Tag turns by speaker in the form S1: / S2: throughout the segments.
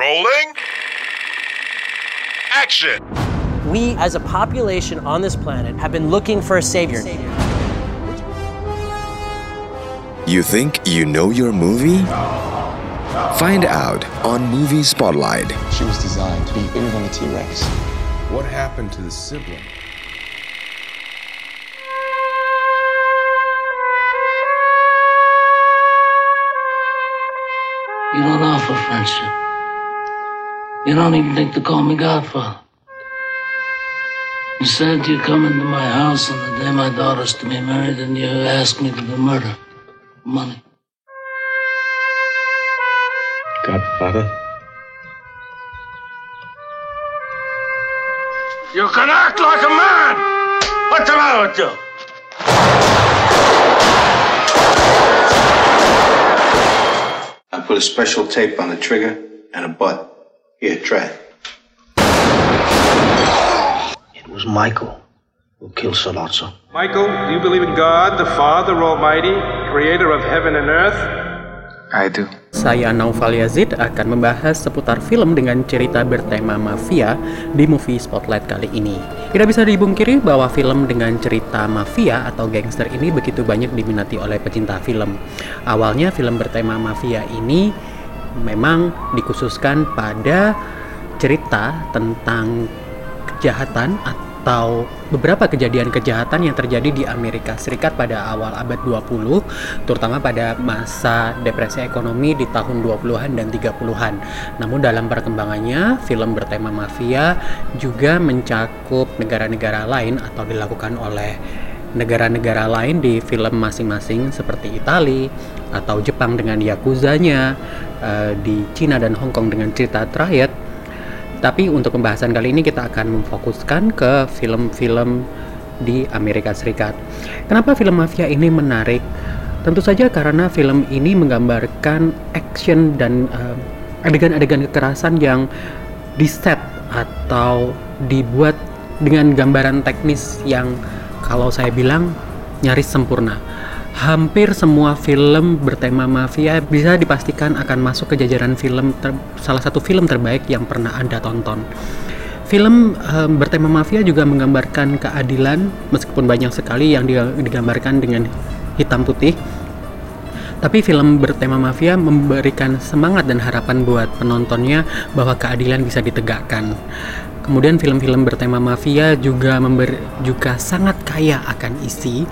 S1: Rolling. Action.
S2: We, as a population on this planet, have been looking for a savior.
S3: You think you know your movie? Find out on Movie Spotlight.
S4: She was designed to be bigger than a T-Rex.
S5: What happened to the sibling?
S6: You don't offer friendship. You don't even think to call me Godfather. Instead, you come into my house on the day my daughter's to be married and you ask me to do murder. Money.
S4: Godfather?
S6: You can act like a man! What's the matter with you?
S7: I put a special tape on the trigger and a butt. Here, try it.
S6: It was Michael who killed Sollozzo.
S8: Michael, do you believe in God, the Father Almighty, creator of heaven and earth?
S4: I do.
S9: Saya Naufal Yazid akan membahas seputar film dengan cerita bertema mafia di Movie Spotlight kali ini. Tidak bisa dibungkiri bahwa film dengan cerita mafia atau gangster ini begitu banyak diminati oleh pecinta film. Awalnya film bertema mafia ini memang dikhususkan pada cerita tentang kejahatan atau beberapa kejadian kejahatan yang terjadi di Amerika Serikat pada awal abad 20, terutama pada masa depresi ekonomi di tahun 20-an dan 30-an. Namun dalam perkembangannya, film bertema mafia juga mencakup negara-negara lain atau dilakukan oleh negara-negara lain di film masing-masing seperti Italia atau Jepang dengan Yakuzanya, di Cina dan Hong Kong dengan cerita Triad. Tapi untuk pembahasan kali ini kita akan memfokuskan ke film-film di Amerika Serikat. Kenapa film mafia ini menarik? Tentu saja karena film ini menggambarkan action dan adegan-adegan kekerasan yang di-set atau dibuat dengan gambaran teknis yang kalau saya bilang nyaris sempurna. Hampir semua film bertema mafia bisa dipastikan akan masuk ke jajaran film salah satu film terbaik yang pernah Anda tonton. Film bertema mafia juga menggambarkan keadilan, meskipun banyak sekali yang digambarkan dengan hitam putih. Tapi film bertema mafia memberikan semangat dan harapan buat penontonnya bahwa keadilan bisa ditegakkan. Kemudian film-film bertema mafia juga sangat kaya akan isi,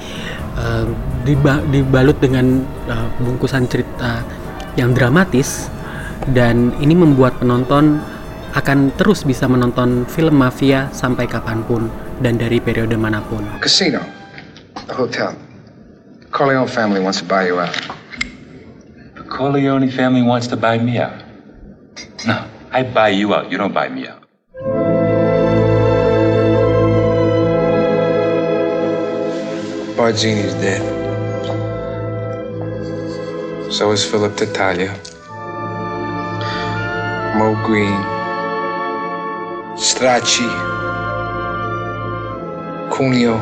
S9: dibalut dengan bungkusan cerita yang dramatis, dan ini membuat penonton akan terus bisa menonton film mafia sampai kapanpun dan dari periode manapun.
S5: Casino, a hotel. Corleone family wants to buy you out.
S10: The Corleone family wants to buy me out. No, I buy you out. You don't buy me out.
S5: Barzini's dead. So is Philip Tattaglia. Mo Green. Stracci. Cuneo.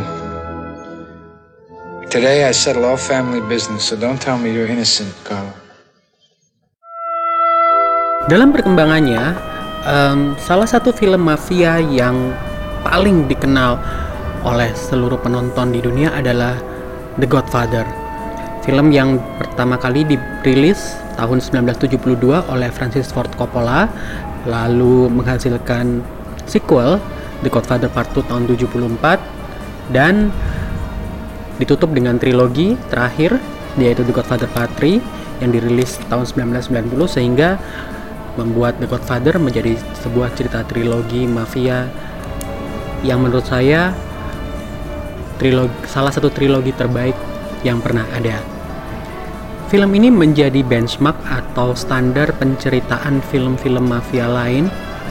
S5: Today I settle all family business, so don't tell me you're innocent, Carlo.
S9: Dalam perkembangannya, salah satu film mafia yang paling dikenal oleh seluruh penonton di dunia adalah The Godfather. Film yang pertama kali dirilis tahun 1972 oleh Francis Ford Coppola, lalu menghasilkan sequel The Godfather Part 2 tahun 74, dan ditutup dengan trilogi terakhir yaitu The Godfather Part 3 yang dirilis tahun 1990, sehingga membuat The Godfather menjadi sebuah cerita trilogi mafia yang menurut saya salah satu trilogi terbaik yang pernah ada. Film ini menjadi benchmark atau standar penceritaan film-film mafia lain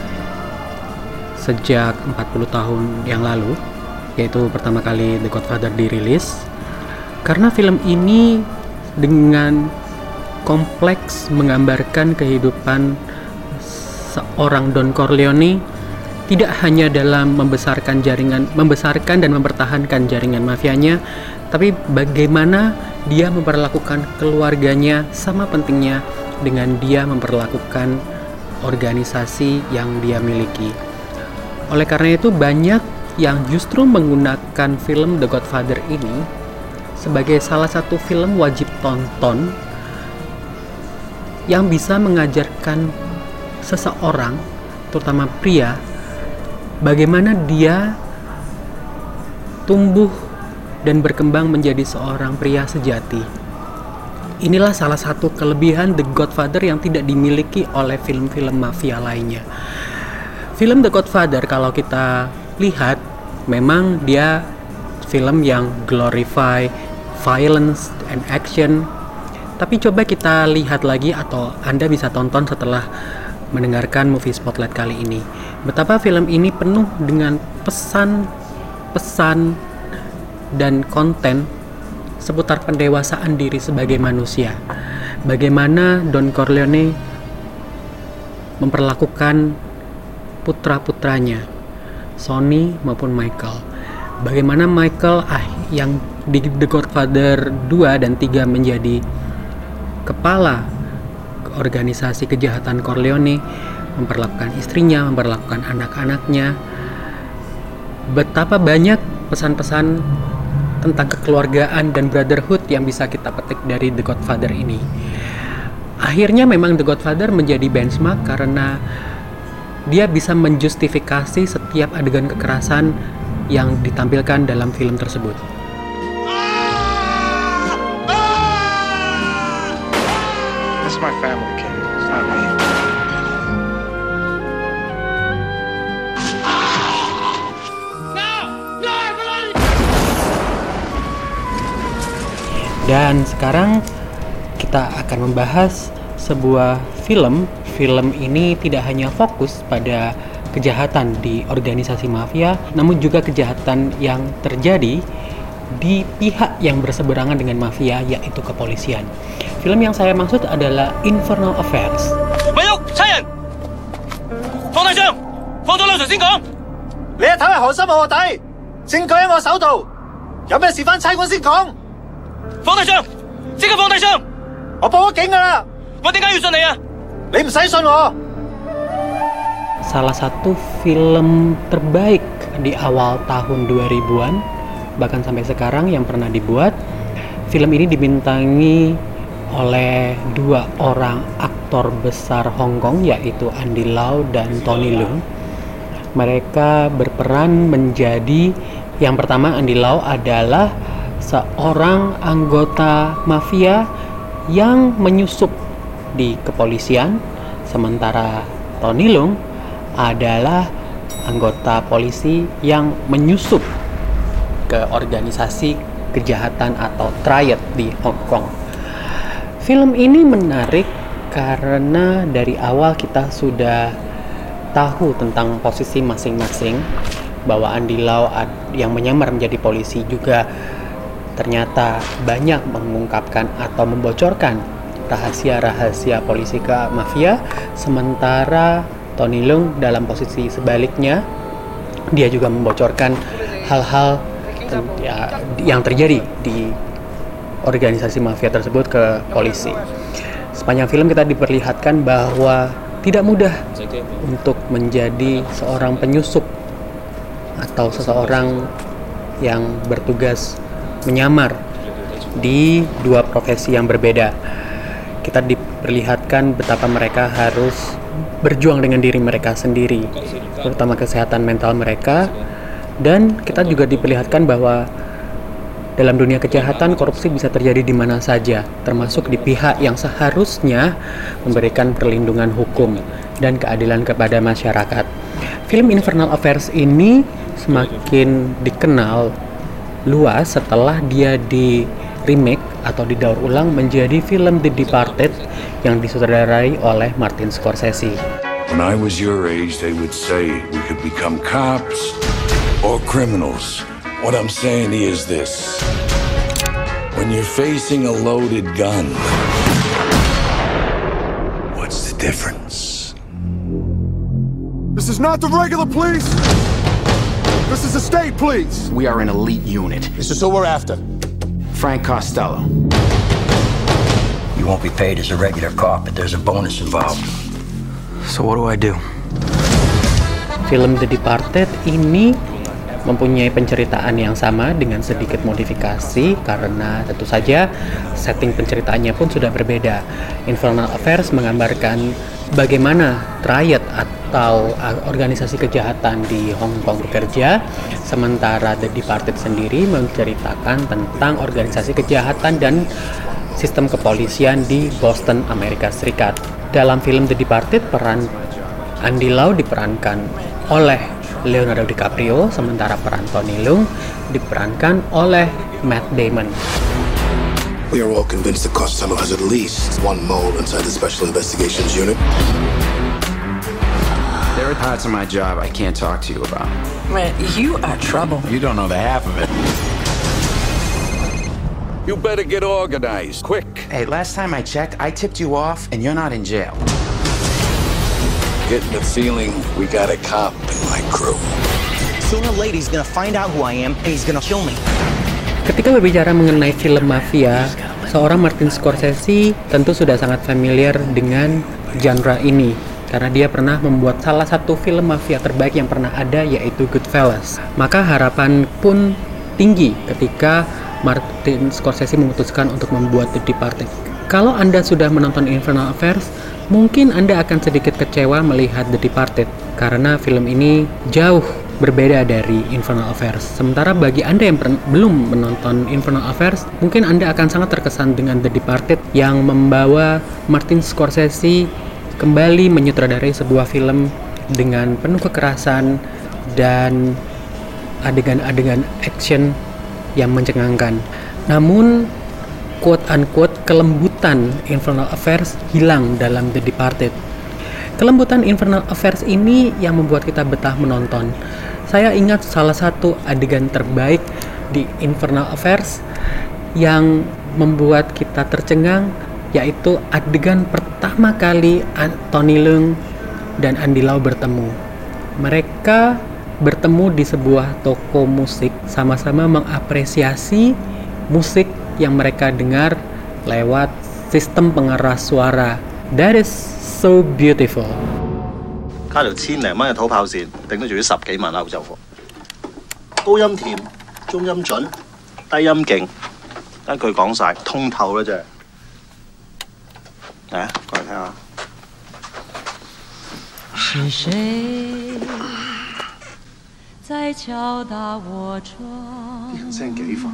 S9: sejak 40 tahun yang lalu, yaitu pertama kali The Godfather dirilis. Karena film ini dengan kompleks menggambarkan kehidupan seorang Don Corleone, tidak hanya dalam membesarkan dan mempertahankan jaringan mafianya, tapi bagaimana dia memperlakukan keluarganya sama pentingnya dengan dia memperlakukan organisasi yang dia miliki. Oleh karena itu banyak yang justru menggunakan film The Godfather ini sebagai salah satu film wajib tonton yang bisa mengajarkan seseorang, terutama pria, bagaimana dia tumbuh dan berkembang menjadi seorang pria sejati. Inilah salah satu kelebihan The Godfather yang tidak dimiliki oleh film-film mafia lainnya. Film The Godfather kalau kita lihat memang dia film yang glorify violence and action. Tapi coba kita lihat lagi atau Anda bisa tonton setelah mendengarkan Movie Spotlight kali ini. Betapa film ini penuh dengan pesan-pesan dan konten seputar pendewasaan diri sebagai manusia. Bagaimana Don Corleone memperlakukan putra-putranya, Sonny maupun Michael. Bagaimana Michael yang di The Godfather 2 dan 3 menjadi kepala organisasi kejahatan Corleone, memperlakukan istrinya, memperlakukan anak-anaknya. Betapa banyak pesan-pesan tentang kekeluargaan dan brotherhood yang bisa kita petik dari The Godfather ini. Akhirnya memang The Godfather menjadi benchmark karena dia bisa menjustifikasi setiap adegan kekerasan yang ditampilkan dalam film tersebut.
S5: That's my family, King. It's not me.
S9: Dan sekarang kita akan membahas sebuah film. Film ini tidak hanya fokus pada kejahatan di organisasi mafia, namun juga kejahatan yang terjadi di pihak yang berseberangan dengan mafia, yaitu kepolisian. Film yang saya maksud adalah Infernal Affairs. Salah satu film terbaik di awal tahun 2000-an, bahkan sampai sekarang yang pernah dibuat. Film ini dibintangi oleh dua orang aktor besar Hong Kong, yaitu Andy Lau dan Tony Leung. Mereka berperan menjadi, yang pertama Andy Lau adalah seorang anggota mafia yang menyusup di kepolisian, sementara Tony Leung adalah anggota polisi yang menyusup ke organisasi kejahatan atau triad di Hong Kong. Film ini menarik karena dari awal kita sudah tahu tentang posisi masing-masing, bahwa Andy Lau yang menyamar menjadi polisi juga ternyata banyak mengungkapkan atau membocorkan rahasia-rahasia polisi ke mafia, sementara Tony Leung dalam posisi sebaliknya, dia juga membocorkan hal-hal yang terjadi di organisasi mafia tersebut ke polisi. Sepanjang film kita diperlihatkan bahwa tidak mudah untuk menjadi seorang penyusup atau seseorang yang bertugas menyamar di dua profesi yang berbeda. Kita diperlihatkan betapa mereka harus berjuang dengan diri mereka sendiri, terutama kesehatan mental mereka. Dan kita juga diperlihatkan bahwa dalam dunia kejahatan, korupsi bisa terjadi di mana saja, termasuk di pihak yang seharusnya memberikan perlindungan hukum dan keadilan kepada masyarakat. Film Infernal Affairs ini semakin dikenal luas setelah dia di remake atau didaur ulang menjadi film The Departed yang disutradarai oleh Martin Scorsese.
S1: When I was your age, they would say we could become cops or criminals. What I'm saying is this: when you're facing a loaded gun, what's the difference?
S11: This is not the regular police. This is the state police.
S12: We are an elite unit.
S11: This is who we're after.
S12: Frank Costello.
S13: You won't be paid as a regular cop, but there's a bonus involved.
S12: So what do I do?
S9: Film The Departed ini mempunyai penceritaan yang sama dengan sedikit modifikasi karena tentu saja setting penceritaannya pun sudah berbeda. Infernal Affairs menggambarkan bagaimana triad atau organisasi kejahatan di Hong Kong bekerja, sementara The Departed sendiri menceritakan tentang organisasi kejahatan dan sistem kepolisian di Boston, Amerika Serikat. Dalam film The Departed, peran Andy Lau diperankan oleh Leonardo DiCaprio, sementara peran Tony Leung diperankan oleh Matt Damon.
S13: We are all convinced that Costello has at least one mole inside the Special Investigations Unit.
S12: There are parts of my job I can't talk to you about.
S14: Man, you are trouble.
S12: You don't know the half of it.
S1: You better get organized, quick.
S12: Hey, last time I checked, I tipped you off and you're not in jail.
S1: Getting the feeling we got a cop in my crew.
S14: Sooner or later he's gonna find out who I am and he's gonna kill me.
S9: Ketika berbicara mengenai film mafia, seorang Martin Scorsese tentu sudah sangat familiar dengan genre ini karena dia pernah membuat salah satu film mafia terbaik yang pernah ada, yaitu Goodfellas. Maka harapan pun tinggi ketika Martin Scorsese memutuskan untuk membuat The Departed. Kalau Anda sudah menonton Infernal Affairs, mungkin Anda akan sedikit kecewa melihat The Departed karena film ini jauh berbeda dari Infernal Affairs. Sementara bagi Anda yang belum menonton Infernal Affairs, mungkin Anda akan sangat terkesan dengan The Departed yang membawa Martin Scorsese kembali menyutradarai sebuah film dengan penuh kekerasan dan adegan-adegan action yang mencengangkan. Namun quote-unquote kelembutan Infernal Affairs hilang dalam The Departed. Kelembutan Infernal Affairs ini yang membuat kita betah menonton. Saya ingat salah satu adegan terbaik di Infernal Affairs yang membuat kita tercengang, yaitu adegan pertama kali Tony Leung dan Andy Lau bertemu. Mereka bertemu di sebuah toko musik, sama-sama mengapresiasi musik yang mereka dengar lewat sistem pengeras suara. That is so beautiful.
S15: 加條1000零蚊嘅土炮線，頂得住啲10幾萬歐洲貨。高音甜，中音準，低音勁，一句講晒，通透啦真係。嚟啊，過嚟聽下。
S16: 是誰在敲打我窗？
S15: 人聲幾煩。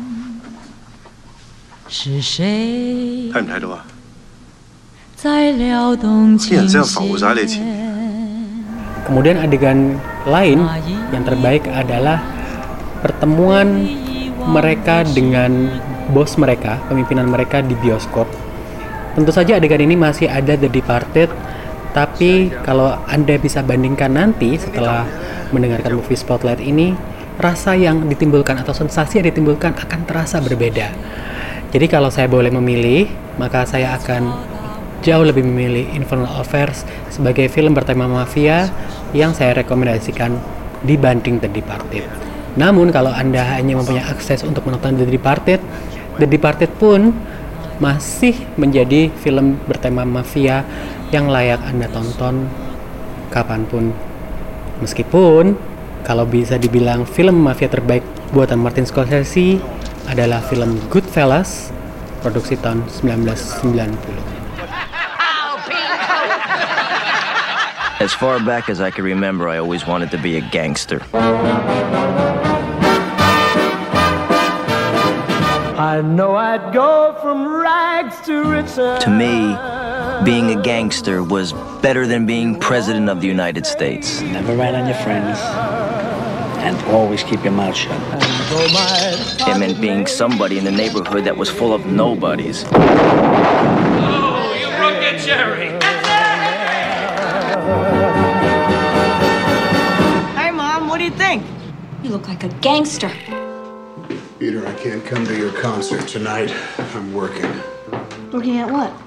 S16: 是誰？
S15: 睇唔睇到啊？
S16: 在撩動琴弦。
S15: 啲人聲浮晒喺你前面。
S9: Kemudian adegan lain yang terbaik adalah pertemuan mereka dengan bos mereka, pemimpinan mereka di bioskop. Tentu saja adegan ini masih ada The Departed, tapi kalau Anda bisa bandingkan nanti setelah mendengarkan movie Spotlight ini, rasa yang ditimbulkan atau sensasi yang ditimbulkan akan terasa berbeda. Jadi kalau saya boleh memilih, maka saya akan jauh lebih memilih Infernal Affairs sebagai film bertema mafia yang saya rekomendasikan dibanding The Departed. Namun kalau Anda hanya mempunyai akses untuk menonton The Departed pun masih menjadi film bertema mafia yang layak Anda tonton kapanpun. Meskipun kalau bisa dibilang film mafia terbaik buatan Martin Scorsese adalah film Goodfellas, produksi tahun 1990.
S17: As far back as I can remember, I always wanted to be a gangster.
S18: I know I'd go from rags to riches.
S17: To me, being a gangster was better than being president of the United States.
S19: Never rat on your friends, and always keep your mouth shut.
S17: It meant being somebody in the neighborhood that was full of nobodies.
S18: Oh, you broke it, Jerry.
S14: Hey, Mom, what do you think?
S20: You look like a gangster.
S13: Peter, I can't come to your concert tonight. I'm working.
S20: Working at what?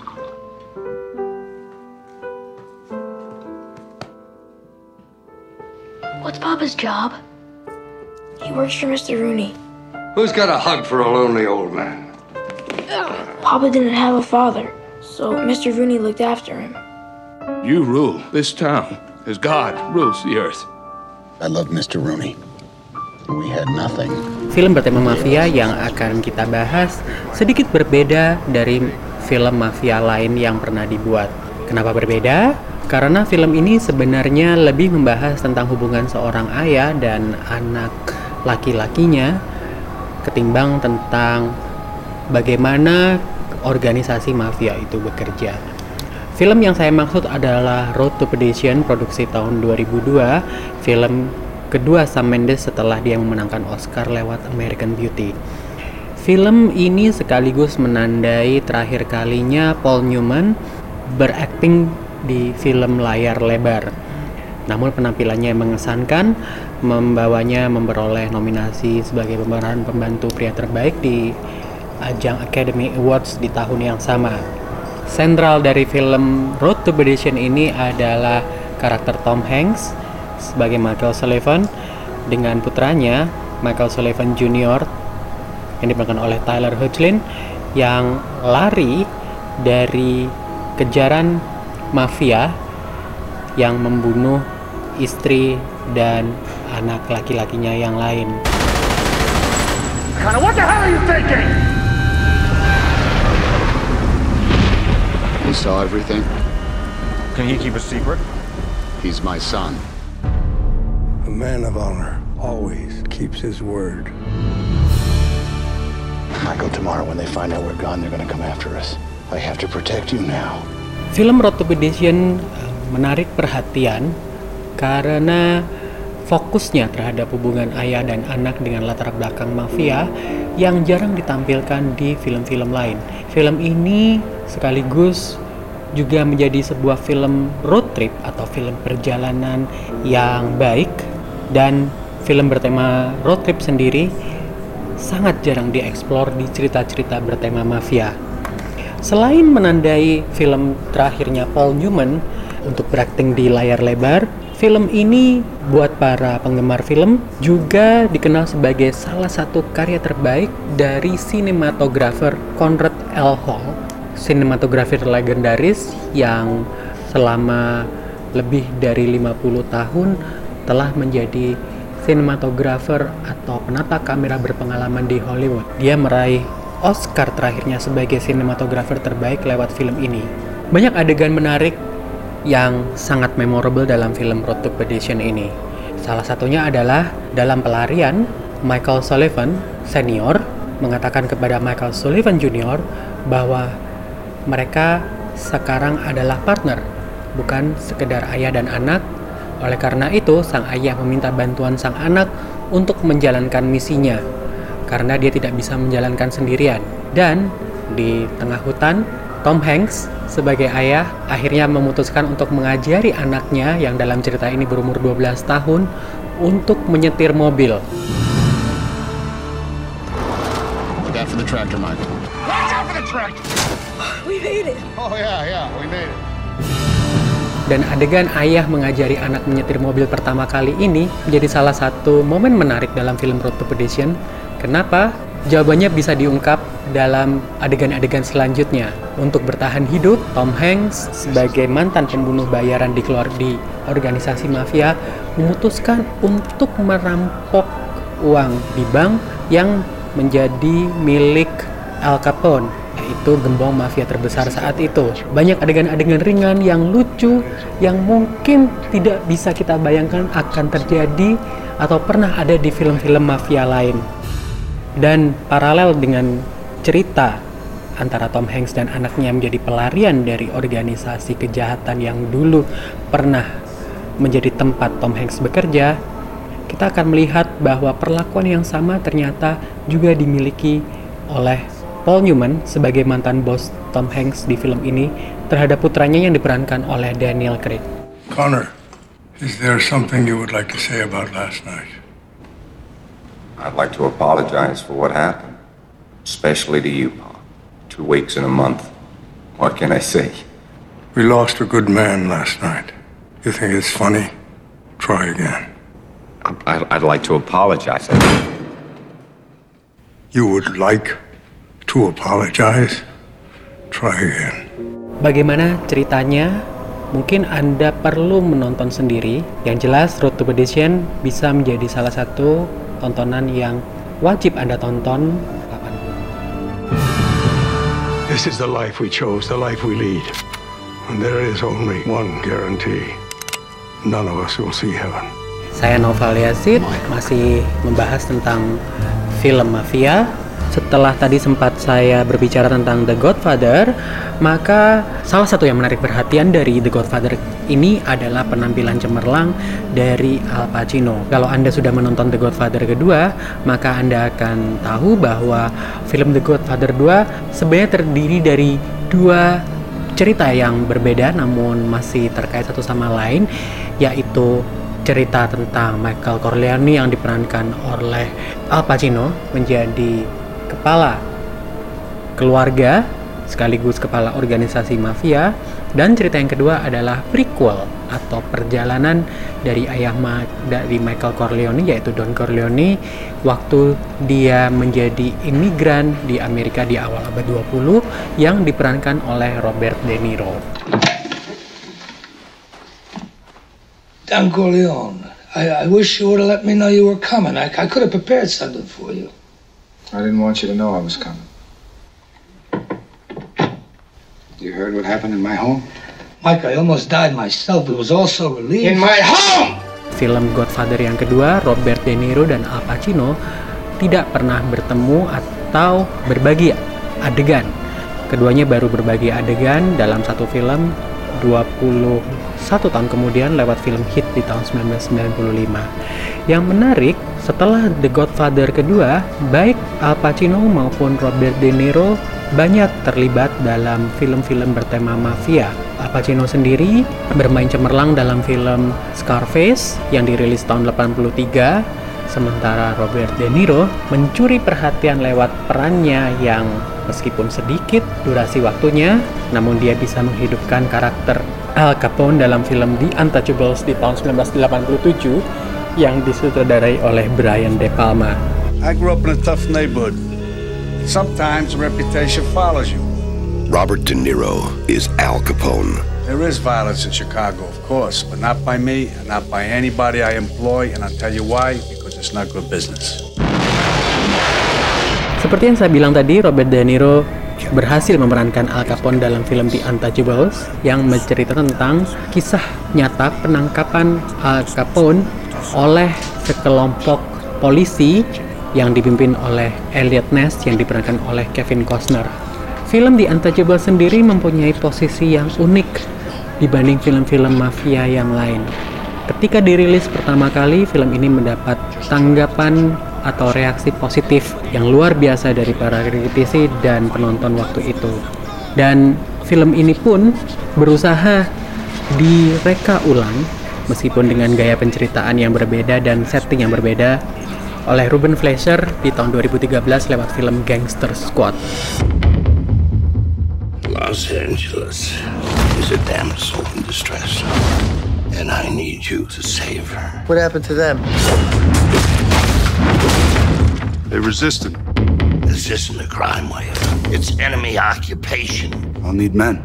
S20: What's Papa's job? He works for Mr. Rooney.
S11: Who's got a hug for a lonely old man?
S20: Papa didn't have a father, so Mr. Rooney looked after him.
S1: You rule this town as God rules the earth.
S21: I love Mr. Rooney. We had nothing.
S9: Film bertema mafia yang akan kita bahas sedikit berbeda dari film mafia lain yang pernah dibuat. Kenapa berbeda? Karena film ini sebenarnya lebih membahas tentang hubungan seorang ayah dan anak laki-lakinya ketimbang tentang bagaimana organisasi mafia itu bekerja. Film yang saya maksud adalah Road to Perdition, produksi tahun 2002, film kedua Sam Mendes setelah dia memenangkan Oscar lewat American Beauty. Film ini sekaligus menandai terakhir kalinya Paul Newman berakting di film layar lebar. Namun penampilannya mengesankan, membawanya memperoleh nominasi sebagai pemeran pembantu pria terbaik di ajang Academy Awards di tahun yang sama. Sentral dari film Road to Perdition ini adalah karakter Tom Hanks sebagai Michael Sullivan dengan putranya Michael Sullivan Jr. yang diperankan oleh Tyler Hoechlin yang lari dari kejaran mafia yang membunuh istri dan anak laki-lakinya yang lain.
S11: Connor, what the hell are you thinking?
S21: He saw everything.
S11: Can he keep a secret?
S21: He's my son.
S11: A man of honor always keeps his word.
S21: Michael, tomorrow when they find out we're gone, they're gonna come after us. I have to protect you now.
S9: Film Road to Perdition menarik perhatian karena fokusnya terhadap hubungan ayah dan anak dengan latar belakang mafia yang jarang ditampilkan di film-film lain. Film ini sekaligus juga menjadi sebuah film road trip atau film perjalanan yang baik, dan film bertema road trip sendiri sangat jarang dieksplor di cerita-cerita bertema mafia. Selain menandai film terakhirnya Paul Newman untuk berakting di layar lebar, film ini buat para penggemar film juga dikenal sebagai salah satu karya terbaik dari sinematografer Conrad L. Hall, sinematografer legendaris yang selama lebih dari 50 tahun telah menjadi sinematografer atau penata kamera berpengalaman di Hollywood. Dia meraih Oscar terakhirnya sebagai sinematografer terbaik lewat film ini. Banyak adegan menarik yang sangat memorable dalam film Road to Perdition ini. Salah satunya adalah dalam pelarian, Michael Sullivan senior mengatakan kepada Michael Sullivan Jr. bahwa mereka sekarang adalah partner, bukan sekedar ayah dan anak. Oleh karena itu, sang ayah meminta bantuan sang anak untuk menjalankan misinya, karena dia tidak bisa menjalankan sendirian. Dan di tengah hutan, Tom Hanks sebagai ayah akhirnya memutuskan untuk mengajari anaknya yang dalam cerita ini berumur 12 tahun untuk menyetir mobil.
S21: Look out for the tractor, Michael.
S11: Watch out for the tractor!
S20: We made it.
S21: Oh yeah, we made it.
S9: Dan adegan ayah mengajari anak menyetir mobil pertama kali ini menjadi salah satu momen menarik dalam film Road to Perdition. Kenapa? Jawabannya bisa diungkap dalam adegan-adegan selanjutnya. Untuk bertahan hidup, Tom Hanks sebagai mantan pembunuh bayaran di organisasi mafia memutuskan untuk merampok uang di bank yang menjadi milik Al Capone, yaitu gembong mafia terbesar saat itu. Banyak adegan-adegan ringan yang lucu yang mungkin tidak bisa kita bayangkan akan terjadi atau pernah ada di film-film mafia lain. Dan paralel dengan cerita antara Tom Hanks dan anaknya menjadi pelarian dari organisasi kejahatan yang dulu pernah menjadi tempat Tom Hanks bekerja, kita akan melihat bahwa perlakuan yang sama ternyata juga dimiliki oleh Paul Newman sebagai mantan bos Tom Hanks di film ini terhadap putranya yang diperankan oleh Daniel Craig.
S11: Connor, is there something you would like to say about last night?
S22: I'd like to apologize for what happened, especially to you, Pa. 2 weeks in a month. What can I say?
S11: We lost a good man last night. You think it's funny? Try again.
S22: I'd like to apologize.
S11: You would like to apologize? Try again.
S9: Bagaimana ceritanya mungkin Anda perlu menonton sendiri. Yang jelas Road to Perdition bisa menjadi salah satu tontonan yang wajib Anda tonton kapanpun.
S11: This is the life we chose, the life we lead. And there is only one guarantee. None of us will see heaven.
S9: Saya Noval Yazid, masih membahas tentang film mafia. Setelah tadi sempat saya berbicara tentang The Godfather, maka salah satu yang menarik perhatian dari The Godfather ini adalah penampilan cemerlang dari Al Pacino. Kalau Anda sudah menonton The Godfather kedua, maka Anda akan tahu bahwa film The Godfather 2 sebenarnya terdiri dari dua cerita yang berbeda namun masih terkait satu sama lain, yaitu cerita tentang Michael Corleone yang diperankan oleh Al Pacino menjadi kepala keluarga sekaligus kepala organisasi mafia, dan cerita yang kedua adalah prequel atau perjalanan dari dari Michael Corleone, yaitu Don Corleone waktu dia menjadi imigran di Amerika di awal abad 20 yang diperankan oleh Robert De Niro.
S6: Don Corleone, I wish you would have let me know you were coming. I could have prepared something for you.
S5: I didn't want you to know I was coming. You heard what happened in my home?
S6: Mike, I almost died myself. It was all so relieved.
S5: In my home!
S9: Film Godfather yang kedua, Robert De Niro dan Al Pacino tidak pernah bertemu atau berbagi adegan. Keduanya baru berbagi adegan dalam satu film 21 tahun kemudian lewat film hit di tahun 1995. Yang menarik, setelah The Godfather kedua, baik Al Pacino maupun Robert De Niro banyak terlibat dalam film-film bertema mafia. Al Pacino sendiri bermain cemerlang dalam film Scarface yang dirilis tahun 83, sementara Robert De Niro mencuri perhatian lewat perannya yang meskipun sedikit durasi waktunya, namun dia bisa menghidupkan karakter Al Capone dalam film The Untouchables di tahun 1987 yang disutradarai oleh Brian De Palma.
S2: I grew up in a tough neighborhood. Sometimes reputation follows you.
S3: Robert De Niro is Al Capone.
S2: There is violence in Chicago, of course, but not by me and not by anybody I employ, and I'll tell you why, because it's not good business.
S9: Seperti yang saya bilang tadi, Robert De Niro berhasil memerankan Al Capone dalam film The Untouchables yang menceritakan tentang kisah nyata penangkapan Al Capone oleh sekelompok polisi yang dipimpin oleh Eliot Ness yang diperankan oleh Kevin Costner. Film The Untouchables sendiri mempunyai posisi yang unik dibanding film-film mafia yang lain. Ketika dirilis pertama kali, film ini mendapat tanggapan atau reaksi positif yang luar biasa dari para kritisi dan penonton waktu itu. Dan film ini pun berusaha direka ulang meskipun dengan gaya penceritaan yang berbeda dan setting yang berbeda oleh Ruben Fleischer di tahun 2013 lewat film Gangster Squad.
S3: Los Angeles is a damsel in distress, and I need you to save her.
S23: What happened to them?
S3: They resisted. This isn't a crime wave. It's enemy occupation.
S2: I'll need men.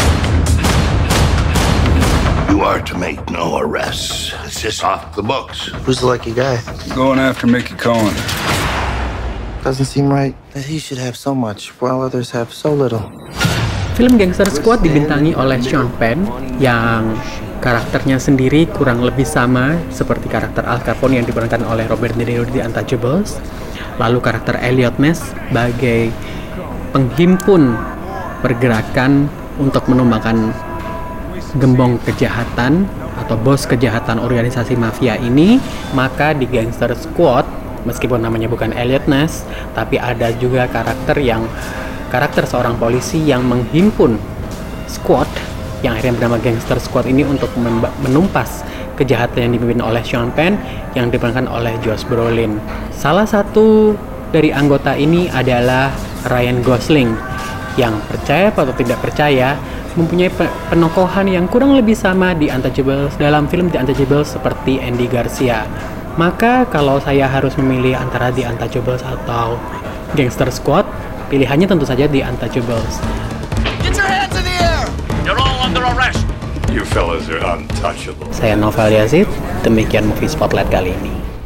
S3: You are to make no arrests. It's just off the books.
S23: Who's the lucky guy?
S2: Going after Mickey Cohen.
S23: Doesn't seem right that he should have so much while others have so little.
S9: Film Gangster Squad dibintangi oleh Sean Penn yang karakternya sendiri kurang lebih sama seperti karakter Al Capone yang diperankan oleh Robert De Niro di The Untouchables. Lalu karakter Eliot Ness sebagai penghimpun pergerakan untuk menumbangkan gembong kejahatan atau bos kejahatan organisasi mafia ini. Maka di Gangster Squad, meskipun namanya bukan Eliot Ness, tapi ada juga karakter seorang polisi yang menghimpun squad yang akhirnya bernama Gangster Squad ini untuk menumpas kejahatan yang dipimpin oleh Sean Penn yang diperankan oleh Josh Brolin. Salah satu dari anggota ini adalah Ryan Gosling yang percaya atau tidak percaya mempunyai penokohan yang kurang lebih sama di Untouchables dalam film The Untouchables seperti Andy Garcia. Maka kalau saya harus memilih antara The Untouchables atau Gangster Squad, pilihannya tentu saja The Untouchables.
S24: Get your hands in the air! You're all under arrest.
S1: You fellas are untouchable.
S9: Saya Novel Yazid, demikian Movie Spotlight kali ini.